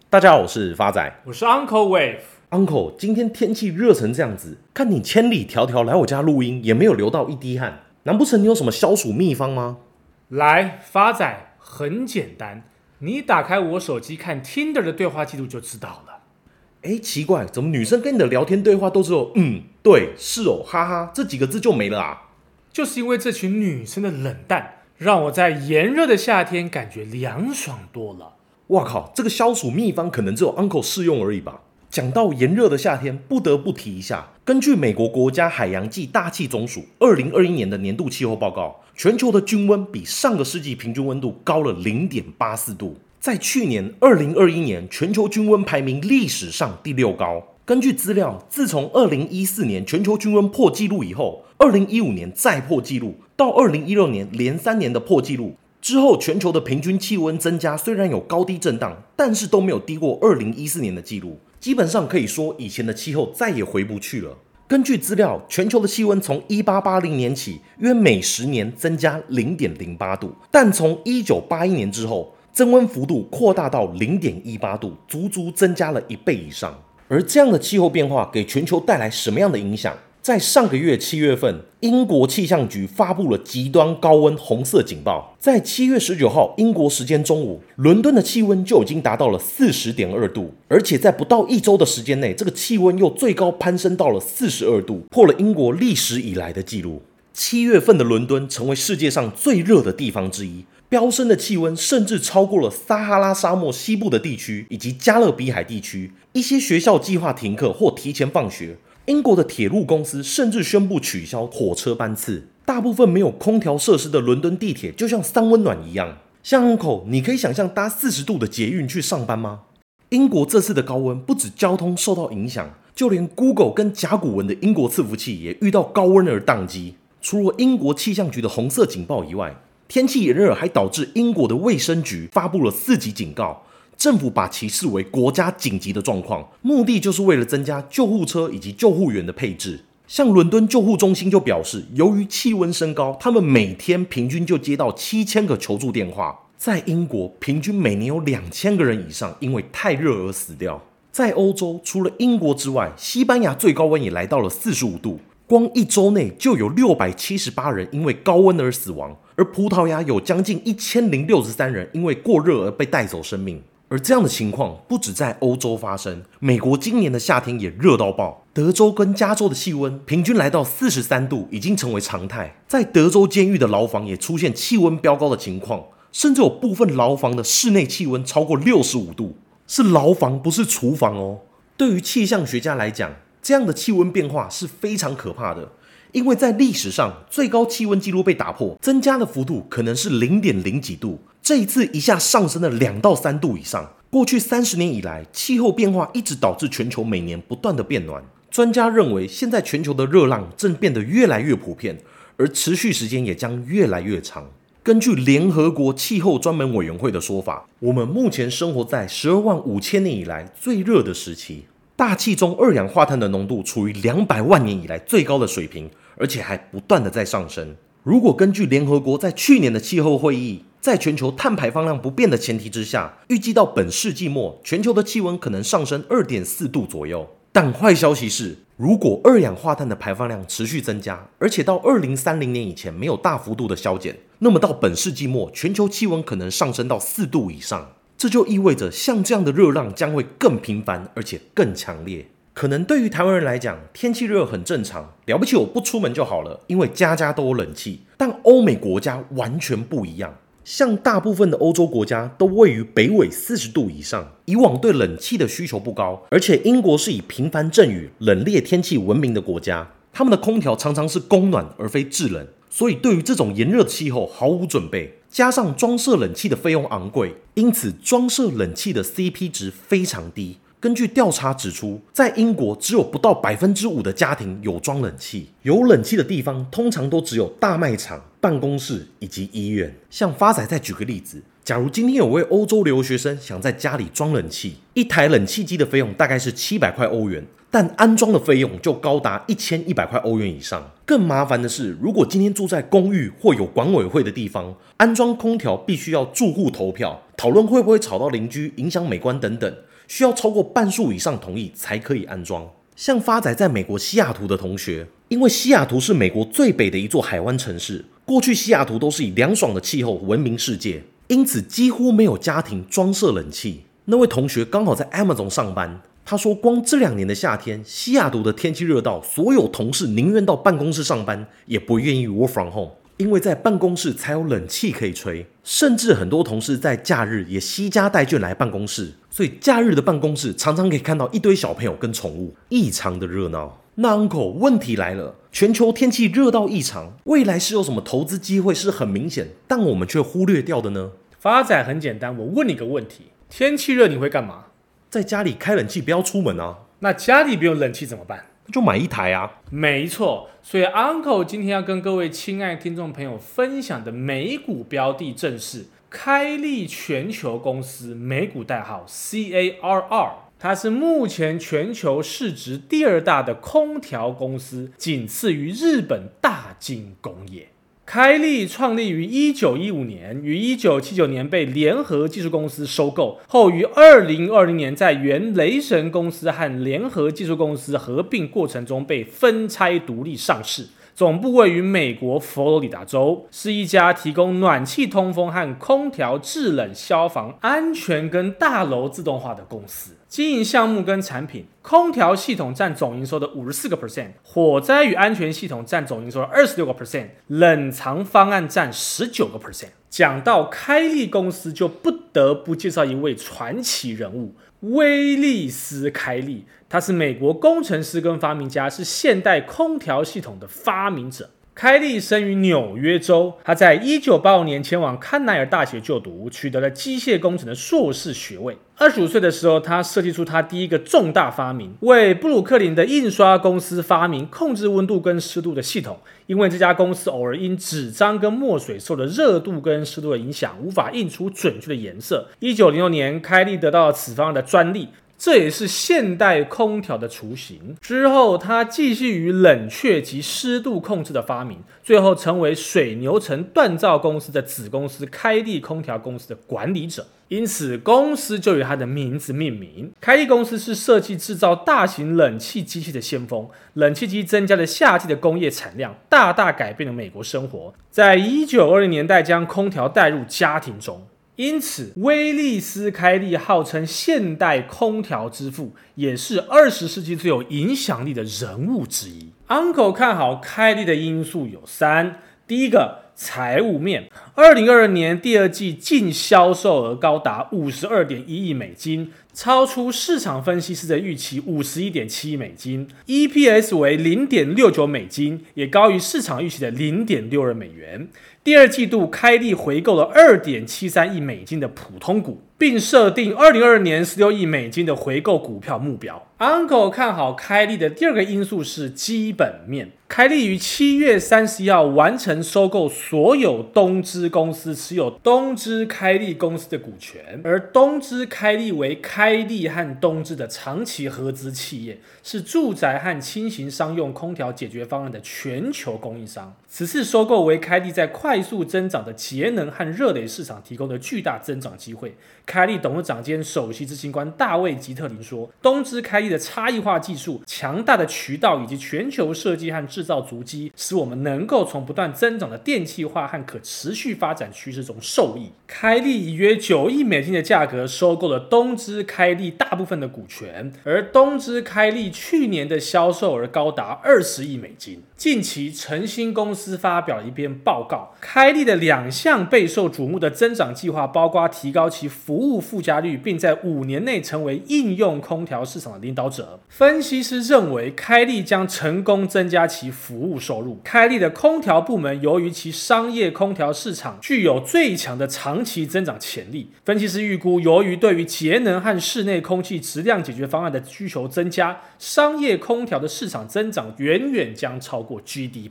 大家好，我是发仔， 我是 Uncle Wave。 Uncle，今天天气热成这样子，看你千里迢迢来我家录音，也没有流到一滴汗，难不成你有什么消暑秘方吗？ 来，发仔，很简单，你打开我手机看 Tinder 的对话记录就知道了。 奇怪，怎么女生跟你的聊天对话都只有对，是哦，哈哈，这几个字就没了啊？ 就是因为这群女生的冷淡，让我在炎热的夏天感觉凉爽多了。 哇靠，这个消暑秘方可能只有 Uncle 适用而已吧？讲到炎热的夏天，不得不提一下，根据美国国家海洋暨大气总署2021年的年度气候报告，全球的均温比上个世纪平均温度高了 0.84 度。在去年2021年，全球均温排名历史上第6高。根据资料，自从2014年全球均温破纪录以后，2015年再破纪录，到2016年连3年的破纪录。之后，全球的平均气温增加虽然有高低震荡，但是都没有低过2014年的纪录。基本上可以说，以前的气候再也回不去了。根据资料，全球的气温从1880年起，约每10年增加 0.08 度，但从1981年之后，增温幅度扩大到 0.18 度，足足增加了1倍以上。而这样的气候变化给全球带来什么样的影响？在上个月7月份，英国气象局发布了极端高温红色警报。在7月19号英国时间中午，伦敦的气温就已经达到了 40.2 度，而且在不到1周的时间内，这个气温又最高攀升到了42度，破了英国历史以来的纪录。7月份的伦敦成为世界上最热的地方之一，飙升的气温甚至超过了撒哈拉沙漠西部的地区以及加勒比海地区。一些学校计划停课或提前放学，英国的铁路公司甚至宣布取消火车班次。大部分没有空调设施的伦敦地铁就像三温暖一样。像 Uncle， 你可以想象搭40度的捷运去上班吗？英国这次的高温不止交通受到影响，就连 Google 跟甲骨文的英国伺服器也遇到高温而宕机。除了英国气象局的红色警报以外，天气炎热还导致英国的卫生局发布了4级警告。政府把其视为国家紧急的状况，目的就是为了增加救护车以及救护员的配置。像伦敦救护中心就表示，由于气温升高，他们每天平均就接到7000个求助电话。在英国，平均每年有2000个人以上因为太热而死掉。在欧洲，除了英国之外，西班牙最高温也来到了45度，光1周内就有678人因为高温而死亡，而葡萄牙有将近1063人因为过热而被带走生命。而这样的情况不止在欧洲发生，美国今年的夏天也热到爆。德州跟加州的气温平均来到43度，已经成为常态。在德州监狱的牢房也出现气温飙高的情况，甚至有部分牢房的室内气温超过65度，是牢房不是厨房哦。对于气象学家来讲，这样的气温变化是非常可怕的，因为在历史上最高气温纪录被打破，增加的幅度可能是 0.0 几度，这一次一下上升了2到3度以上。过去30年以来，气候变化一直导致全球每年不断的变暖。专家认为，现在全球的热浪正变得越来越普遍，而持续时间也将越来越长。根据联合国气候专门委员会的说法，我们目前生活在125000年以来最热的时期，大气中二氧化碳的浓度处于200万年以来最高的水平，而且还不断的在上升。如果根据联合国在去年的气候会议，在全球碳排放量不变的前提之下，预计到本世纪末，全球的气温可能上升 2.4 度左右。但坏消息是，如果二氧化碳的排放量持续增加，而且到2030年以前没有大幅度的削减，那么到本世纪末，全球气温可能上升到4度以上。这就意味着像这样的热浪将会更频繁，而且更强烈。可能对于台湾人来讲，天气热很正常，了不起我不出门就好了，因为家家都有冷气。但欧美国家完全不一样，像大部分的欧洲国家都位于北纬40度以上，以往对冷气的需求不高，而且英国是以频繁阵雨、冷冽天气闻名的国家，他们的空调常常是供暖而非制冷，所以对于这种炎热的气候毫无准备。加上装设冷气的费用昂贵，因此装设冷气的 CP 值非常低。根据调查指出，在英国只有不到 5% 的家庭有装冷气，有冷气的地方通常都只有大卖场、办公室以及医院。像发仔再举个例子，假如今天有位欧洲留学生想在家里装冷气，一台冷气机的费用大概是700块欧元， 但安装的费用就高达1100块欧元以上。更麻烦的是，如果今天住在公寓或有管委会的地方，安装空调必须要住户投票，讨论会不会吵到邻居、影响美观等等，需要超过半数以上同意才可以安装。像发仔在美国西雅图的同学，因为西雅图是美国最北的一座海湾城市，过去西雅图都是以凉爽的气候闻名世界，因此几乎没有家庭装设冷气。那位同学刚好在 Amazon 上班，他说光这2年的夏天，西雅图的天气热到所有同事宁愿到办公室上班，也不愿意 work from home， 因为在办公室才有冷气可以吹。甚至很多同事在假日也携家带眷来办公室，所以假日的办公室常常可以看到一堆小朋友跟宠物，异常的热闹。那 Uncle， 问题来了，全球天气热到异常，未来是有什么投资机会是很明显，但我们却忽略掉的呢？ 发仔很简单，我问你个问题：天气热你会干嘛？ 在家里开冷气，不要出门啊。 那家里不用冷气怎么办？ 就买一台啊。 没错，所以 Uncle 今天要跟各位亲爱的听众朋友分享的美股标的正是开利全球公司，美股代号 CARR， 它是目前全球市值第2大的空调公司，仅次于日本大金工业。开利创立于1915年，于1979年被联合技术公司收购，后于2020年在原雷神公司和联合技术公司合并过程中被分拆独立上市。总部位于美国佛罗里达州，是一家提供暖气通风和空调制冷、消防安全跟大楼自动化的公司。经营项目跟产品，空调系统占总营收的 54%， 火灾与安全系统占总营收的 26%， 冷藏方案占 19%。 讲到开利公司，就不得不介绍一位传奇人物威利斯·开利，他是美国工程师跟发明家，是现代空调系统的发明者。开利生于纽约州，他在1985年前往康奈尔大学就读，取得了机械工程的硕士学位。25岁的时候，他设计出他第一个重大发明，为布鲁克林的印刷公司发明控制温度跟湿度的系统。因为这家公司偶尔因纸张跟墨水受了热度跟湿度的影响，无法印出准确的颜色。1906年，开利得到了此方案的专利。这也是现代空调的雏形。之后，他继续于冷却及湿度控制的发明，最后成为水牛城锻造公司的子公司开利空调公司的管理者。因此，公司就以他的名字命名。开利公司是设计制造大型冷气机器的先锋，冷气机增加了夏季的工业产量，大大改变了美国生活。在1920年代，将空调带入家庭中。因此，威利斯·开利号称现代空调之父，也是20世纪最有影响力的人物之一。Uncle 看好开利的因素有3，第一个，财务面，2022年第2季净销售额高达52.1亿美金，超出市场分析师的预期51.7亿美金 ，EPS 为0.69美金，也高于市场预期的0.62美元。第2季度，开利回购了2.73亿美金的普通股，并设定2022年16亿美金的回购股票目标。Uncle 看好开利的第2个因素是基本面。开利于7月31号完成收购所有东芝公司持有东芝开利公司的股权，而东芝开利为开利和东芝的长期合资企业，是住宅和轻型商用空调解决方案的全球供应商。此次收购为开利在快速增长的节能和热雷市场提供的巨大增长机会。开利董事长兼首席执行官大卫·吉特林说，东芝开利的差异化技术、强大的渠道以及全球设计和制造足迹，使我们能够从不断增长的电气化和可持续发展趋势中受益。开利以约9亿美金的价格收购了东芝开利大部分的股权，而东芝开利去年的销售额高达20亿美金。近期，晨星公司发表了一篇报告，开利的2项备受瞩目的增长计划，包括提高其服务附加率，并在5年内成为应用空调市场的领导者。分析师认为，开利将成功增加其服务收入。开利的空调部门由于其商业空调市场具有最强的长期增长潜力，分析师预估，由于对于节能和室内空气质量解决方案的需求增加，商业空调的市场增长远远将超过GDP。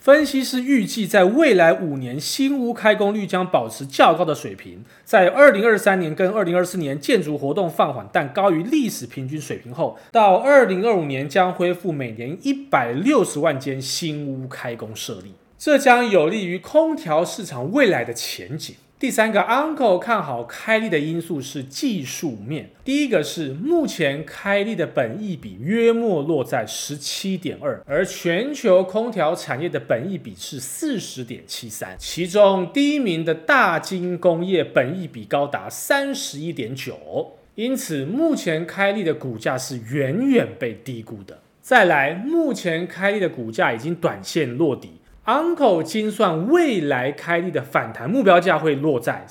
分析师预计在未来5年新屋开工率将保持较高的水平，在2023年跟2024年建筑活动放缓但高于历史平均水平后，到2025年将恢复每年160万间新屋开工设立，这将有利于空调市场未来的前景。第三个 Uncle 看好开立的因素是技术面。第一个是目前开立的本益比约莫落在 17.2， 而全球空调产业的本益比是 40.73， 其中第一名的大金工业本益比高达 31.9， 因此目前开立的股价是远远被低估的。再来，目前开立的股价已经短线落底，Uncle 精算未来开立的反弹目标价会落在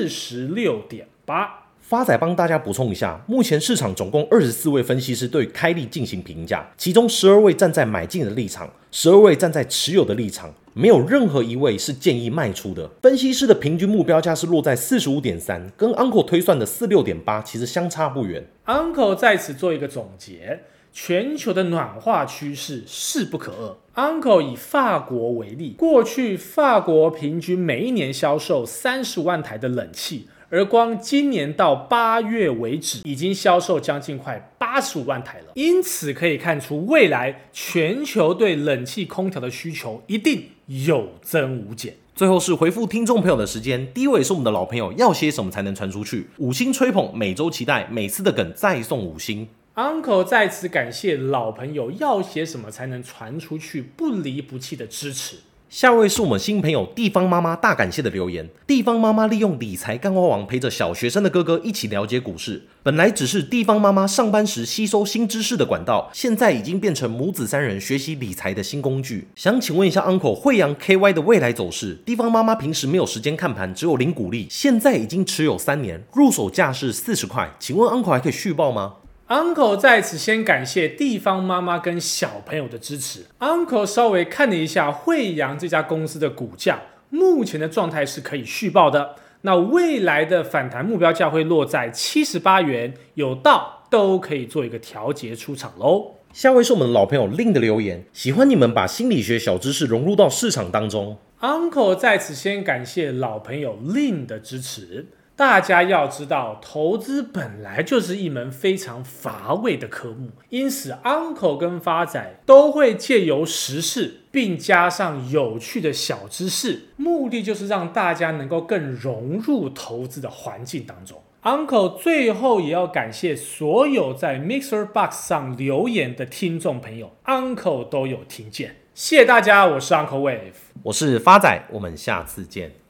46.8。 发仔帮大家补充一下，目前市场总共24位分析师对开立进行评价，其中12位站在买进的立场，12位站在持有的立场，没有任何一位是建议卖出的。分析师的平均目标价是落在 45.3， 跟 Uncle 推算的 46.8 其实相差不远。 Uncle 在此做一个总结，全球的暖化趋势势不可遏。Uncle 以法国为例，过去法国平均每一年销售30万台的冷气，而光今年到8月为止，已经销售将近快85万台了。因此可以看出，未来全球对冷气空调的需求一定有增无减。 最后是回复听众朋友的时间，第一位是我们的老朋友，要些什么才能传出去？5星吹捧，每周期待，每次的梗再送5星。 Uncle 在此感谢老朋友要写什么才能传出去不离不弃的支持。 下位是我们新朋友地方妈妈大感谢的留言。地方妈妈利用理财干花王陪着小学生的哥哥一起了解股市，本来只是地方妈妈上班时吸收新知识的管道，现在已经变成母子3人学习理财的新工具。想请问一下 Uncle， 慧洋 KY 的未来走势，地方妈妈平时没有时间看盘，只有领股利，现在已经持有3年，入手价是40块，请问 Uncle 还可以续报吗 ？Uncle 在此先感谢地方妈妈跟小朋友的支持。Uncle 稍微看了一下慧洋这家公司的股价，目前的状态是可以续报的。那未来的反弹目标价会落在78元，有到都可以做一个调节出场咯。 下位是我们的老朋友 Lin 的留言，喜欢你们把心理学小知识融入到市场当中。 Uncle 在此先感谢老朋友 Lin 的支持。大家要知道，投资本来就是一门非常乏味的科目，因此 Uncle 跟发仔都会借由时事，并加上有趣的小知识，目的就是让大家能够更融入投资的环境当中。Uncle 最后也要感谢所有在 Mixer Box 上留言的听众朋友 ，Uncle 都有听见，谢谢大家，我是 Uncle Wave， 我是发仔，我们下次见。